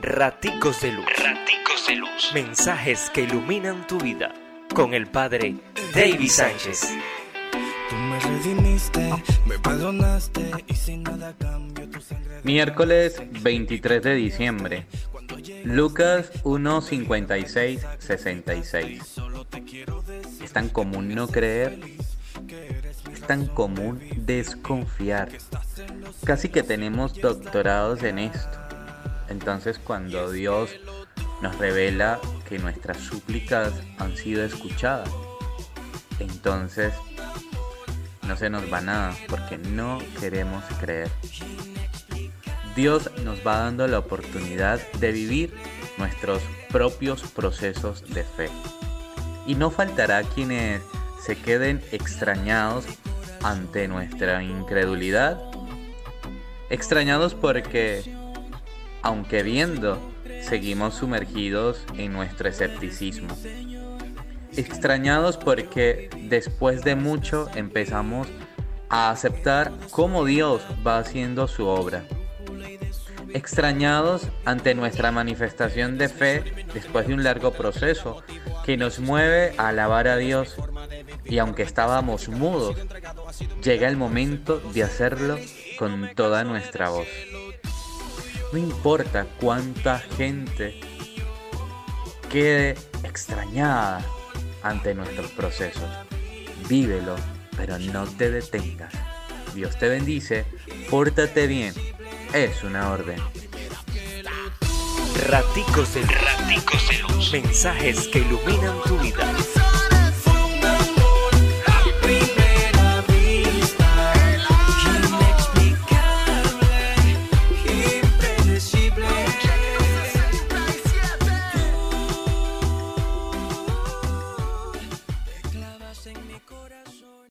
Raticos de Luz. Raticos de Luz. Mensajes que iluminan tu vida. Con el Padre David Sánchez. Tú me redimiste, me perdonaste y sin nada cambio tu sangre. Miércoles 23 de diciembre. Lucas 1:56-66. Es tan común no creer, es tan común desconfiar. Casi que tenemos doctorados en esto. Entonces, cuando Dios nos revela que nuestras súplicas han sido escuchadas, entonces no se nos va nada porque no queremos creer. Dios nos va dando la oportunidad de vivir nuestros propios procesos de fe. Y no faltará quienes se queden extrañados ante nuestra incredulidad. Extrañados porque, aunque viendo, seguimos sumergidos en nuestro escepticismo. Extrañados porque después de mucho empezamos a aceptar cómo Dios va haciendo su obra. Extrañados ante nuestra manifestación de fe después de un largo proceso que nos mueve a alabar a Dios. Y aunque estábamos mudos, llega el momento de hacerlo con toda nuestra voz. No importa cuánta gente quede extrañada ante nuestros procesos, vívelo, pero no te detengas. Dios te bendice, pórtate bien, es una orden. Raticos de Luz. Raticos de Luz. Mensajes que iluminan tu vida.